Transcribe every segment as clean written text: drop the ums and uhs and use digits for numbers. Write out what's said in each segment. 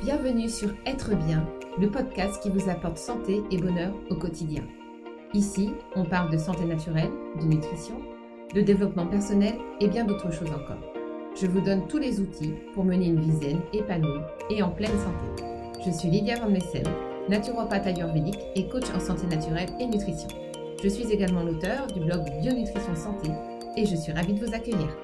Bienvenue sur Être bien, le podcast qui vous apporte santé et bonheur au quotidien. Ici, on parle de santé naturelle, de nutrition, de développement personnel et bien d'autres choses encore. Je vous donne tous les outils pour mener une vie zen, épanouie et en pleine santé. Je suis Lydia Van Messem, naturopathe ayurvédique et coach en santé naturelle et nutrition. Je suis également l'auteur du blog Bionutrition Santé et je suis ravie de vous accueillir.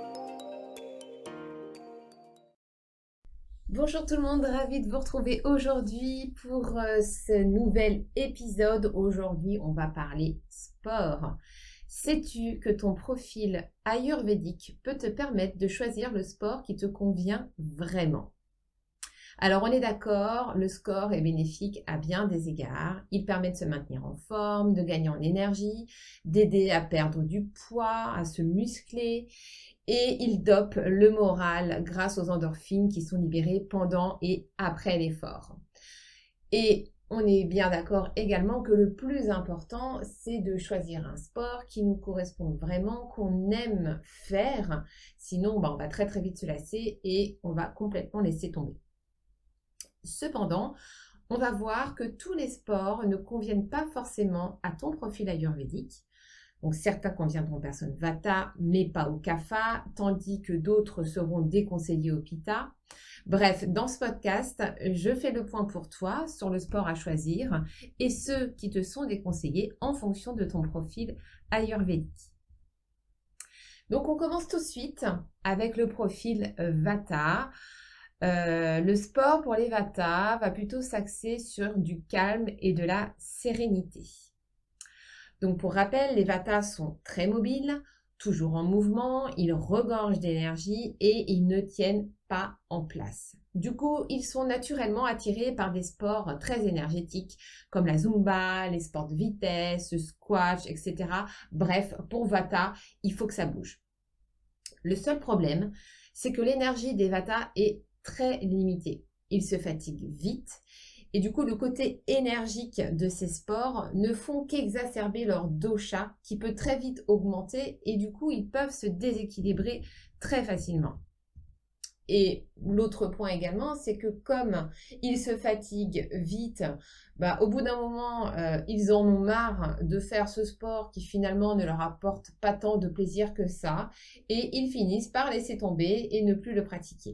Bonjour tout le monde, ravie de vous retrouver aujourd'hui pour ce nouvel épisode. Aujourd'hui, on va parler sport. Sais-tu que ton profil ayurvédique peut te permettre de choisir le sport qui te convient vraiment? Alors, on est d'accord, le sport est bénéfique à bien des égards. Il permet de se maintenir en forme, de gagner en énergie, d'aider à perdre du poids, à se muscler. Et il dope le moral grâce aux endorphines qui sont libérées pendant et après l'effort. Et on est bien d'accord également que le plus important, c'est de choisir un sport qui nous correspond vraiment, qu'on aime faire. Sinon, on va très très vite se lasser et on va complètement laisser tomber. Cependant, on va voir que tous les sports ne conviennent pas forcément à ton profil ayurvédique. Donc certains conviendront aux personnes Vata, mais pas au Kapha, tandis que d'autres seront déconseillés au Pitta. Bref, dans ce podcast, je fais le point pour toi sur le sport à choisir et ceux qui te sont déconseillés en fonction de ton profil ayurvédique. Donc on commence tout de suite avec le profil Vata. Le sport pour les Vata va plutôt s'axer sur du calme et de la sérénité. Donc pour rappel, les Vatas sont très mobiles, toujours en mouvement, ils regorgent d'énergie et ils ne tiennent pas en place. Du coup, ils sont naturellement attirés par des sports très énergétiques comme la Zumba, les sports de vitesse, le squash, etc. Bref, pour Vata, il faut que ça bouge. Le seul problème, c'est que l'énergie des Vatas est très limitée. Ils se fatiguent vite. Et du coup, le côté énergique de ces sports ne font qu'exacerber leur dosha qui peut très vite augmenter et du coup, ils peuvent se déséquilibrer très facilement. Et l'autre point également, c'est que comme ils se fatiguent vite, au bout d'un moment, ils en ont marre de faire ce sport qui finalement ne leur apporte pas tant de plaisir que ça et ils finissent par laisser tomber et ne plus le pratiquer.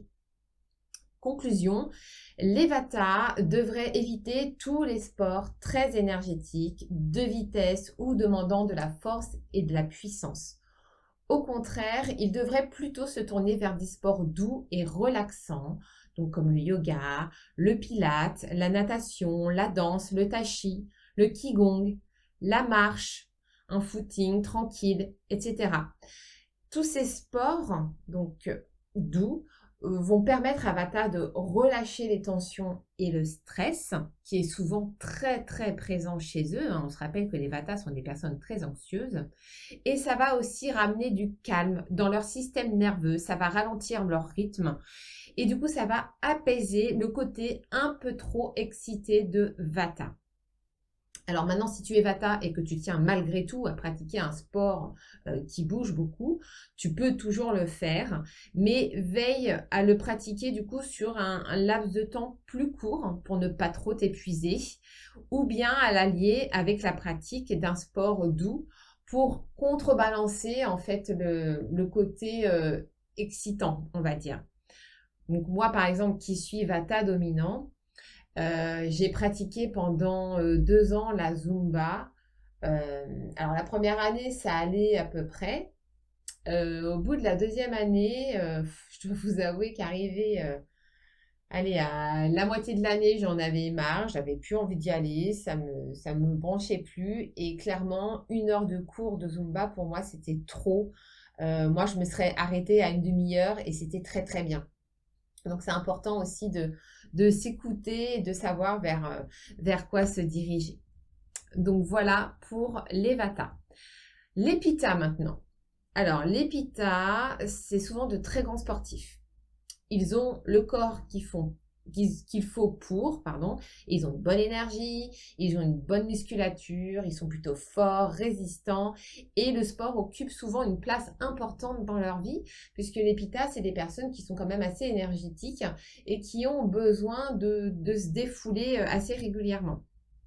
Conclusion, les Vata devraient éviter tous les sports très énergétiques, de vitesse ou demandant de la force et de la puissance. Au contraire, ils devraient plutôt se tourner vers des sports doux et relaxants, donc comme le yoga, le pilate, la natation, la danse, le tai chi, le qigong, la marche, un footing tranquille, etc. Tous ces sports, donc doux, vont permettre à Vata de relâcher les tensions et le stress qui est souvent très très présent chez eux. On se rappelle que les Vatas sont des personnes très anxieuses et ça va aussi ramener du calme dans leur système nerveux, ça va ralentir leur rythme et du coup ça va apaiser le côté un peu trop excité de Vata. Alors maintenant, si tu es Vata et que tu tiens malgré tout à pratiquer un sport qui bouge beaucoup, tu peux toujours le faire, mais veille à le pratiquer du coup sur un laps de temps plus court pour ne pas trop t'épuiser, ou bien à l'allier avec la pratique d'un sport doux pour contrebalancer en fait le côté excitant, on va dire. Donc moi, par exemple, qui suis Vata dominant, j'ai pratiqué pendant 2 ans la Zumba. Alors la première année, ça allait à peu près. Au bout de la deuxième année, je dois vous avouer qu'arrivé à la moitié de l'année, j'en avais marre, j'avais plus envie d'y aller, ça me branchait plus. Et clairement, 1 heure de cours de Zumba, pour moi, c'était trop. Moi, je me serais arrêtée à une demi-heure et c'était très très bien. Donc, c'est important aussi de s'écouter et de savoir vers quoi se diriger. Donc, voilà pour les Vata. Les Pitta maintenant. Alors, les Pitta, c'est souvent de très grands sportifs. Ils ont le corps qu'ils font qu'il faut pour, pardon. Ils ont une bonne énergie, ils ont une bonne musculature, ils sont plutôt forts, résistants et le sport occupe souvent une place importante dans leur vie puisque les pitas, c'est des personnes qui sont quand même assez énergétiques et qui ont besoin de se défouler assez régulièrement.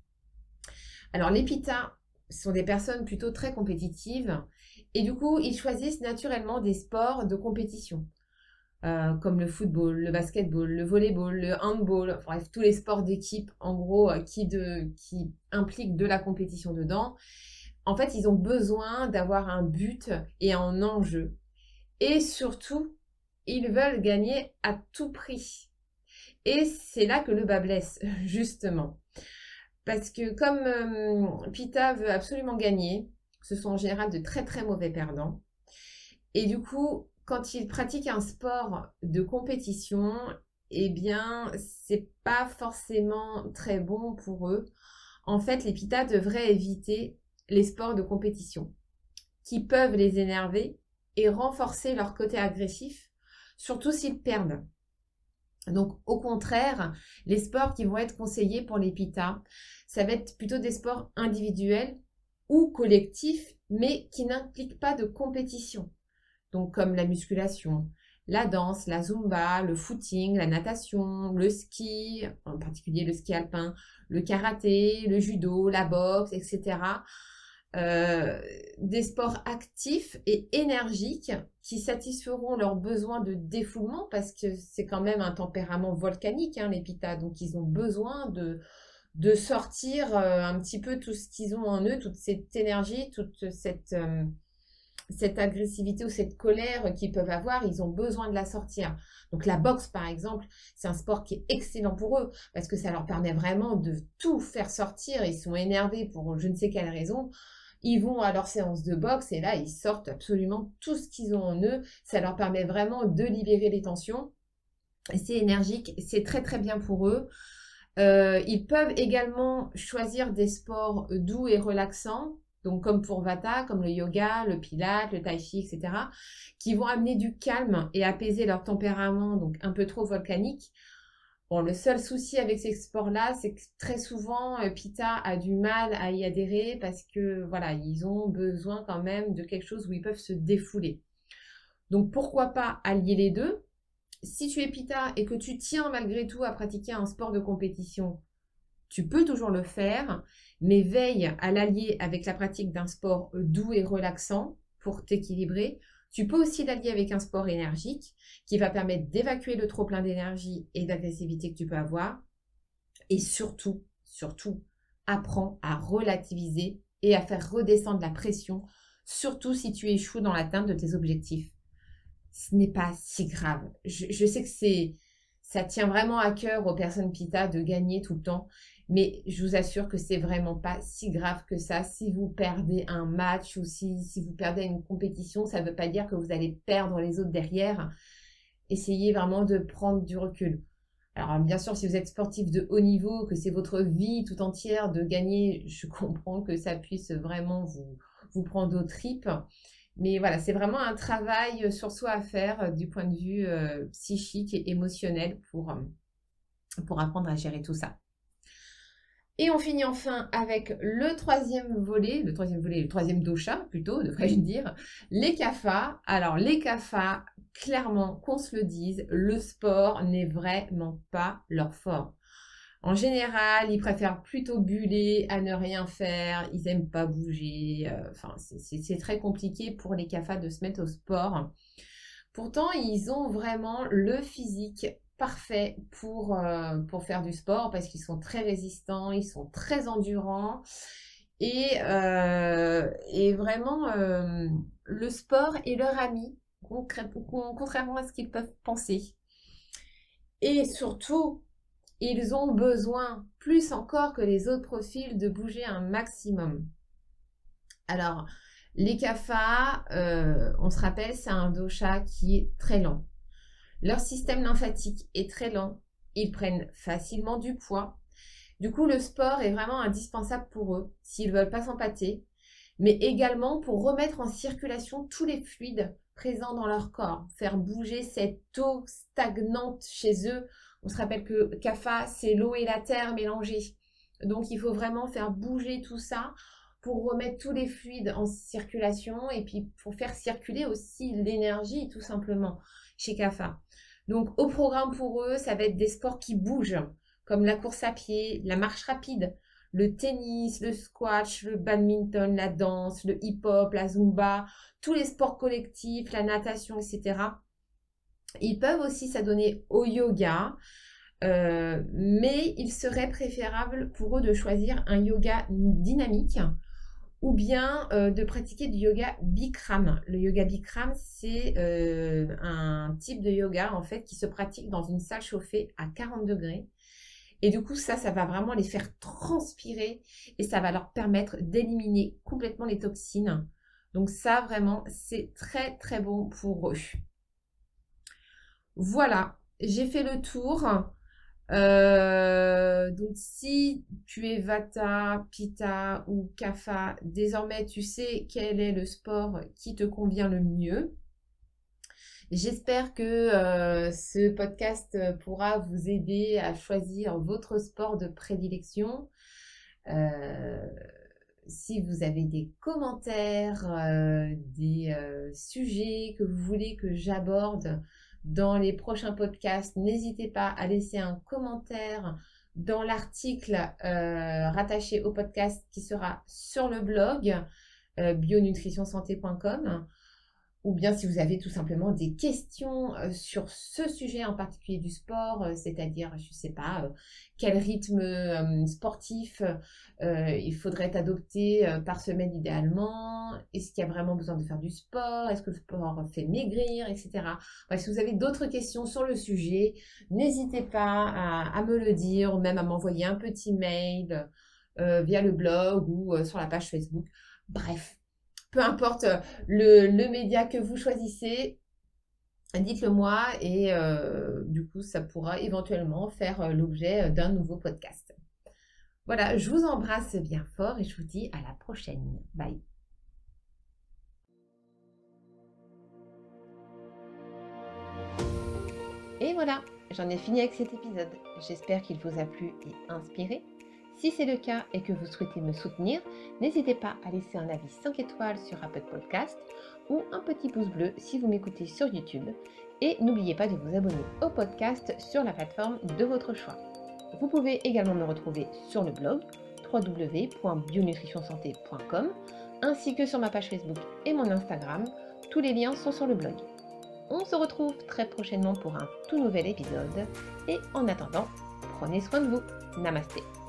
Alors les pitas sont des personnes plutôt très compétitives et du coup, ils choisissent naturellement des sports de compétition. Comme le football, le basketball, le volleyball, le handball, bref, tous les sports d'équipe, en gros, qui impliquent de la compétition dedans. En fait, ils ont besoin d'avoir un but et un enjeu. Et surtout, ils veulent gagner à tout prix. Et c'est là que le bas blesse, justement. Parce que comme Pita veut absolument gagner, ce sont en général de très très mauvais perdants. Et du coup, quand ils pratiquent un sport de compétition, eh bien, c'est pas forcément très bon pour eux. En fait, les pitas devraient éviter les sports de compétition qui peuvent les énerver et renforcer leur côté agressif, surtout s'ils perdent. Donc, au contraire, les sports qui vont être conseillés pour les pitas, ça va être plutôt des sports individuels ou collectifs, mais qui n'impliquent pas de compétition. Donc comme la musculation, la danse, la zumba, le footing, la natation, le ski, en particulier le ski alpin, le karaté, le judo, la boxe, etc. Des sports actifs et énergiques qui satisferont leurs besoins de défoulement parce que c'est quand même un tempérament volcanique, hein, les pitas. Donc ils ont besoin de sortir un petit peu tout ce qu'ils ont en eux, toute cette énergie, toute cette agressivité ou cette colère qu'ils peuvent avoir, ils ont besoin de la sortir. Donc la boxe, par exemple, c'est un sport qui est excellent pour eux parce que ça leur permet vraiment de tout faire sortir. Ils sont énervés pour je ne sais quelle raison. Ils vont à leur séance de boxe et là, ils sortent absolument tout ce qu'ils ont en eux. Ça leur permet vraiment de libérer les tensions. C'est énergique, c'est très très bien pour eux. Ils peuvent également choisir des sports doux et relaxants, donc comme pour Vata, comme le yoga, le pilate, le tai chi, etc., qui vont amener du calme et apaiser leur tempérament, donc un peu trop volcanique. Bon, le seul souci avec ces sports-là, c'est que très souvent, Pitta a du mal à y adhérer parce que voilà, ils ont besoin quand même de quelque chose où ils peuvent se défouler. Donc pourquoi pas allier les deux? Si tu es Pitta et que tu tiens malgré tout à pratiquer un sport de compétition, tu peux toujours le faire, mais veille à l'allier avec la pratique d'un sport doux et relaxant pour t'équilibrer. Tu peux aussi l'allier avec un sport énergique qui va permettre d'évacuer le trop-plein d'énergie et d'agressivité que tu peux avoir. Et surtout, apprends à relativiser et à faire redescendre la pression, surtout si tu échoues dans l'atteinte de tes objectifs. Ce n'est pas si grave. Je sais que ça tient vraiment à cœur aux personnes Pitta de gagner tout le temps, mais je vous assure que c'est vraiment pas si grave que ça. Si vous perdez un match ou si vous perdez une compétition, ça ne veut pas dire que vous allez perdre les autres derrière. Essayez vraiment de prendre du recul. Alors bien sûr, si vous êtes sportif de haut niveau, que c'est votre vie tout entière de gagner, je comprends que ça puisse vraiment vous prendre aux tripes. Mais voilà, c'est vraiment un travail sur soi à faire du point de vue psychique et émotionnel pour apprendre à gérer tout ça. Et on finit enfin avec le troisième dosha plutôt, devrais-je dire, les kaphas. Alors les kaphas, clairement, qu'on se le dise, le sport n'est vraiment pas leur fort. En général, ils préfèrent plutôt buller à ne rien faire, ils n'aiment pas bouger. Enfin, c'est très compliqué pour les kaphas de se mettre au sport. Pourtant, ils ont vraiment le physique parfait pour faire du sport parce qu'ils sont très résistants, ils sont très endurants et vraiment le sport est leur ami, contrairement à ce qu'ils peuvent penser. Et surtout, ils ont besoin, plus encore que les autres profils, de bouger un maximum. Alors, les kaphas, on se rappelle, c'est un dosha qui est très lent. Leur système lymphatique est très lent. Ils prennent facilement du poids. Du coup, le sport est vraiment indispensable pour eux s'ils ne veulent pas s'empâter, mais également pour remettre en circulation tous les fluides présents dans leur corps, faire bouger cette eau stagnante chez eux On se rappelle que Kapha, c'est l'eau et la terre mélangées. Donc, il faut vraiment faire bouger tout ça pour remettre tous les fluides en circulation et puis pour faire circuler aussi l'énergie, tout simplement, chez Kapha. Donc, au programme pour eux, ça va être des sports qui bougent, comme la course à pied, la marche rapide, le tennis, le squash, le badminton, la danse, le hip-hop, la zumba, tous les sports collectifs, la natation, etc. Ils peuvent aussi s'adonner au yoga, mais il serait préférable pour eux de choisir un yoga dynamique ou bien de pratiquer du yoga Bikram. Le yoga Bikram, c'est un type de yoga en fait qui se pratique dans une salle chauffée à 40 degrés. Et du coup, ça va vraiment les faire transpirer et ça va leur permettre d'éliminer complètement les toxines. Donc ça, vraiment, c'est très très bon pour eux. Voilà, j'ai fait le tour. Donc, si tu es Vata, Pitta ou Kapha, désormais tu sais quel est le sport qui te convient le mieux. J'espère que ce podcast pourra vous aider à choisir votre sport de prédilection. Si vous avez des commentaires, des sujets que vous voulez que j'aborde dans les prochains podcasts, n'hésitez pas à laisser un commentaire dans l'article rattaché au podcast qui sera sur le blog bionutritionsanté.com. Ou bien si vous avez tout simplement des questions sur ce sujet en particulier du sport, c'est-à-dire, je ne sais pas, quel rythme sportif il faudrait adopter par semaine idéalement, est-ce qu'il y a vraiment besoin de faire du sport, est-ce que le sport fait maigrir, etc. Enfin, si vous avez d'autres questions sur le sujet, n'hésitez pas à me le dire, ou même à m'envoyer un petit mail via le blog ou sur la page Facebook. Bref. Peu importe le média que vous choisissez, dites-le moi et du coup, ça pourra éventuellement faire l'objet d'un nouveau podcast. Voilà, je vous embrasse bien fort et je vous dis à la prochaine. Bye. Et voilà, j'en ai fini avec cet épisode. J'espère qu'il vous a plu et inspiré. Si c'est le cas et que vous souhaitez me soutenir, n'hésitez pas à laisser un avis 5 étoiles sur Apple Podcast ou un petit pouce bleu si vous m'écoutez sur YouTube. Et n'oubliez pas de vous abonner au podcast sur la plateforme de votre choix. Vous pouvez également me retrouver sur le blog www.bionutritionsanté.com ainsi que sur ma page Facebook et mon Instagram. Tous les liens sont sur le blog. On se retrouve très prochainement pour un tout nouvel épisode. Et en attendant, prenez soin de vous. Namasté.